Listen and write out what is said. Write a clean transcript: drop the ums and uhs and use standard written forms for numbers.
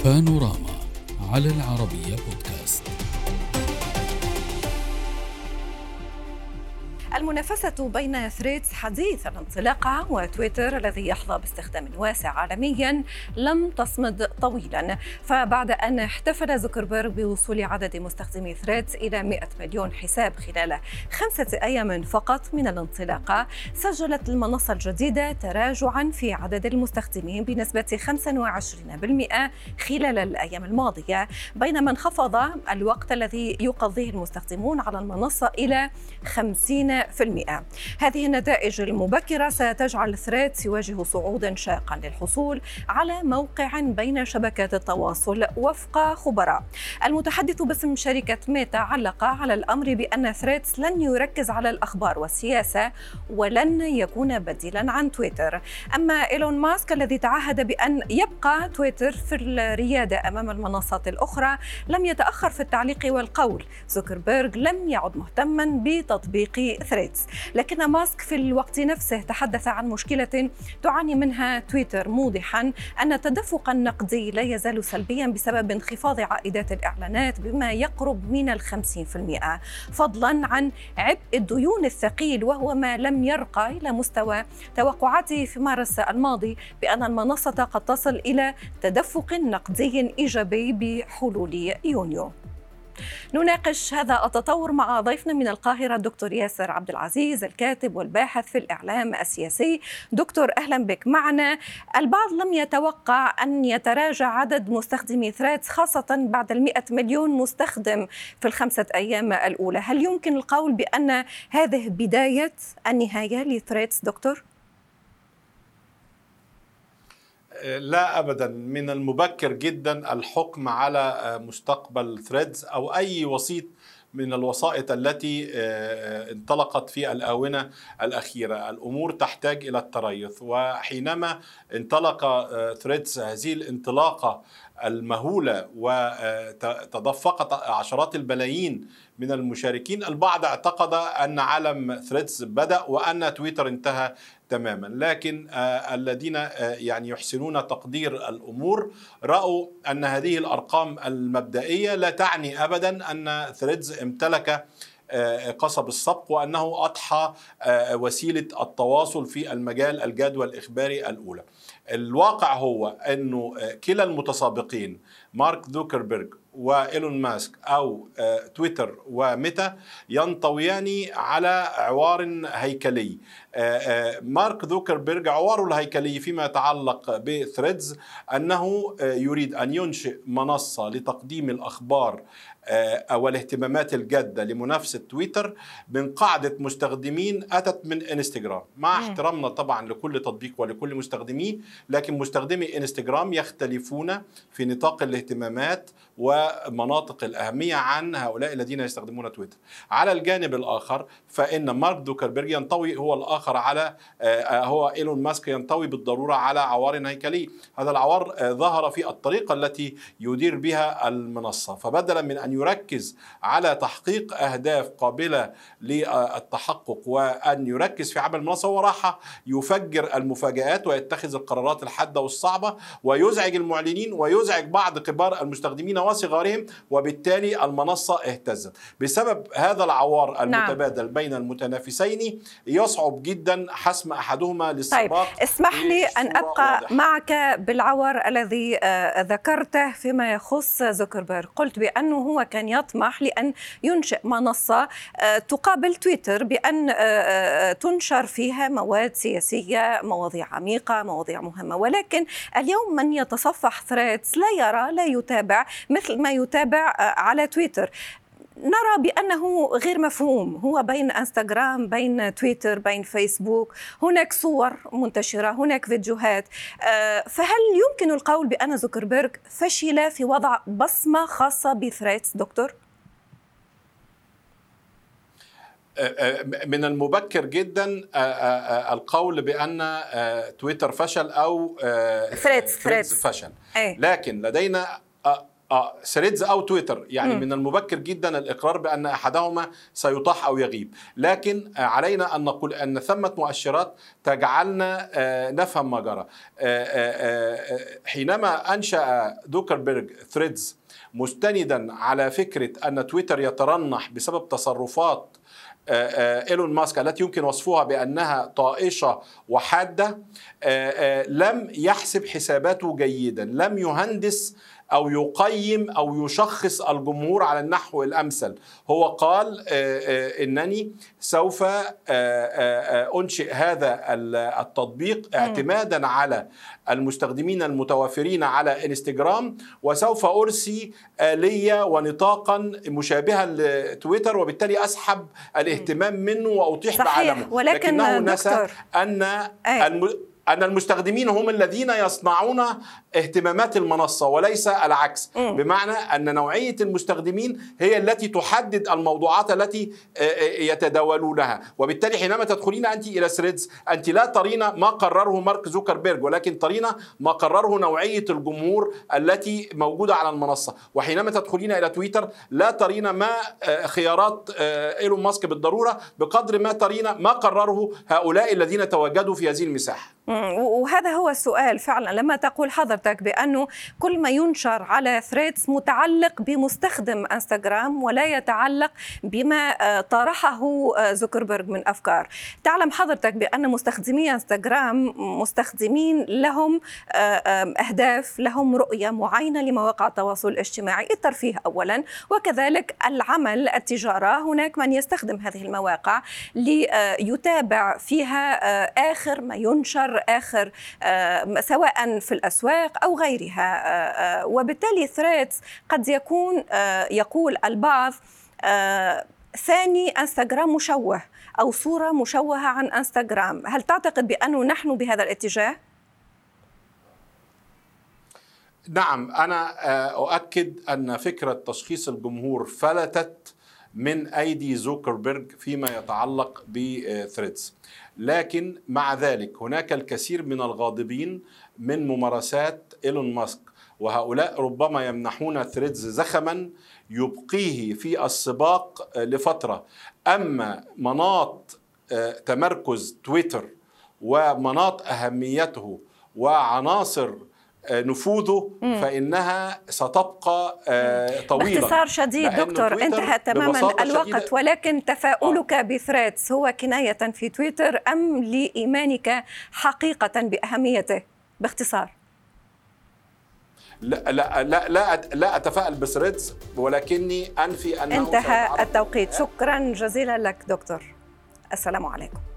بانوراما على العربية بودكاست. المنافسة بين ثريدز حديث الانطلاقة وتويتر الذي يحظى باستخدام واسع عالميا لم تصمد طويلا، فبعد أن احتفل زوكربيرغ بوصول عدد مستخدمي ثريدز إلى 100 مليون حساب خلال 5 أيام فقط من الانطلاقة، سجلت المنصة الجديدة تراجعا في عدد المستخدمين بنسبة 25% خلال الأيام الماضية، بينما انخفض الوقت الذي يقضيه المستخدمون على المنصة إلى 50%. هذه النتائج المبكرة ستجعل ثريدز يواجه صعودا شاقا للحصول على موقع بين شبكات التواصل وفق خبراء. المتحدث باسم شركة ميتا علق على الأمر بأن ثريدز لن يركز على الأخبار والسياسة ولن يكون بديلا عن تويتر. أما إيلون ماسك الذي تعهد بأن يبقى تويتر في الريادة أمام المنصات الأخرى لم يتأخر في التعليق والقول. زوكربيرغ لم يعد مهتما بتطبيق ثريدز، لكن ماسك في الوقت نفسه تحدث عن مشكلة تعاني منها تويتر، موضحا أن التدفق النقدي لا يزال سلبيا بسبب انخفاض عائدات الإعلانات بما يقرب من 50%، فضلا عن عبء الديون الثقيل وهو ما لم يرقى إلى مستوى توقعاته في مارس الماضي بأن المنصة قد تصل إلى تدفق نقدي إيجابي بحلول يونيو. نناقش هذا التطور مع ضيفنا من القاهرة الدكتور ياسر عبد العزيز، الكاتب والباحث في الإعلام السياسي. دكتور أهلا بك معنا. البعض لم يتوقع أن يتراجع عدد مستخدمي ثريدز خاصة بعد 100 مليون مستخدم في ال5 أيام الأولى. هل يمكن القول بأن هذه بداية النهاية لثريدز دكتور؟ لا أبدا، من المبكر جدا الحكم على مستقبل ثريدز أو أي وسيط من الوسائط التي انطلقت في الآونة الأخيرة. الأمور تحتاج إلى التريث، وحينما انطلق ثريدز هذه الانطلاقة المهولة وتدفقت عشرات الملايين من المشاركين، البعض اعتقد أن عالم ثريدز بدأ وأن تويتر انتهى تماما، لكن الذين يعني يحسنون تقدير الأمور رأوا أن هذه الأرقام المبدئية لا تعني أبدا أن ثريدز امتلك قصب السبق وأنه أضحى وسيلة التواصل في المجال الجدوى الإخباري الأولى. الواقع هو أنه كلا المتسابقين مارك زوكربيرغ وإيلون ماسك أو تويتر وميتا ينطويان على عوار هيكلي. مارك زوكربيرغ عواره الهيكلي فيما يتعلق بثريدز أنه يريد أن ينشئ منصة لتقديم الأخبار أو الاهتمامات الجادة لمنافسة تويتر من قاعدة مستخدمين أتت من إنستغرام، مع احترامنا طبعا لكل تطبيق ولكل مستخدميه، لكن مستخدمي إنستغرام يختلفون في نطاق الاهتمامات ومناطق الأهمية عن هؤلاء الذين يستخدمون تويتر. على الجانب الآخر فإن مارك زوكربيرغ ينطوي هو الآخر على هو إيلون ماسك ينطوي بالضرورة على عوار هيكلي. هذا العوار ظهر في الطريقة التي يدير بها المنصة، فبدلا من أن يركز على تحقيق أهداف قابلة للتحقق وأن يركز في عمل المنصة، هو راح يفجر المفاجآت ويتخذ القرارات الحادة والصعبة ويزعج المعلنين ويزعج بعض كبار المستخدمين وصغارهم، وبالتالي المنصة اهتزت. بسبب هذا العوار المتبادل بين المتنافسين يصعب جدا حسم أحدهما للسباق. طيب اسمح لي أن أبقى معك بالعور الذي ذكرته فيما يخص زوكربيرغ. قلت بأنه هو كان يطمح لأن ينشئ منصة تقابل تويتر بأن تنشر فيها مواد سياسية، مواضيع عميقة، مواضيع مهمة، ولكن اليوم من يتصفح ثريدز لا يتابع مثل ما يتابع على تويتر. نرى بأنه غير مفهوم، هو بين انستغرام، بين تويتر، بين فيسبوك، هناك صور منتشرة، هناك فيديوهات. فهل يمكن القول بأن زوكربيرغ فشل في وضع بصمة خاصة بثريدز دكتور؟ من المبكر جدا القول بأن تويتر فشل أو ثريدز فشل، لكن لدينا ثريدز أو تويتر، يعني من المبكر جدا الإقرار بأن أحدهما سيطاح أو يغيب، لكن علينا أن نقول أن ثمة مؤشرات تجعلنا نفهم ما جرى. حينما أنشأ زوكربيرج ثريدز مستندا على فكرة أن تويتر يترنح بسبب تصرفات إيلون ماسك التي يمكن وصفها بأنها طائشة وحادة، لم يحسب حساباته جيدا، لم يهندس أو يقيم أو يشخص الجمهور على النحو الأمثل. هو قال إنني سوف أنشئ هذا التطبيق اعتمادا على المستخدمين المتوافرين على انستغرام، وسوف أرسي آلية ونطاقا مشابهة لتويتر، وبالتالي أسحب الاهتمام منه وأطيح بعالمه. ولكنه نسى أن المستخدمين هم الذين يصنعون اهتمامات المنصة وليس العكس، بمعنى أن نوعية المستخدمين هي التي تحدد الموضوعات التي يتداولونها. وبالتالي حينما تدخلين أنت إلى ثريدز أنت لا ترين ما قرره مارك زوكربيرج، ولكن ترين ما قرره نوعية الجمهور التي موجودة على المنصة. وحينما تدخلين إلى تويتر لا ترين ما خيارات إيلون ماسك بالضرورة بقدر ما ترين ما قرره هؤلاء الذين تواجدوا في هذه المساحة. وهذا هو السؤال فعلا لما تقول حضرتك بأنه كل ما ينشر على ثريدز متعلق بمستخدم انستغرام ولا يتعلق بما طرحه زوكربيرج من أفكار. تعلم حضرتك بأن مستخدمي انستغرام مستخدمين لهم أهداف، لهم رؤية معينة لمواقع التواصل الاجتماعي، الترفيه أولا وكذلك العمل، التجارة. هناك من يستخدم هذه المواقع ليتابع فيها آخر ما ينشر، آخر سواء في الأسواق أو غيرها. وبالتالي ثريدز قد يكون يقول البعض ثاني انستغرام مشوه أو صورة مشوهة عن انستغرام. هل تعتقد بأنه نحن بهذا الاتجاه؟ نعم، أنا أؤكد أن فكرة تشخيص الجمهور فلتت من أيدي زوكربيرج فيما يتعلق بثريدز، لكن مع ذلك هناك الكثير من الغاضبين من ممارسات إيلون ماسك، وهؤلاء ربما يمنحون ثريدز زخما يبقيه في السباق لفترة. أما مناط تمركز تويتر ومناط أهميته وعناصر نفوذه فإنها ستبقى طويلة. باختصار شديد دكتور، انتهى تماما الوقت، ولكن تفاؤلك بثريدز هو كناية في تويتر أم لإيمانك حقيقة بأهميته؟ باختصار. لا أتفائل بثريدز، ولكني أنفي أنه انتهى التوقيت. شكرا جزيلا لك دكتور، السلام عليكم.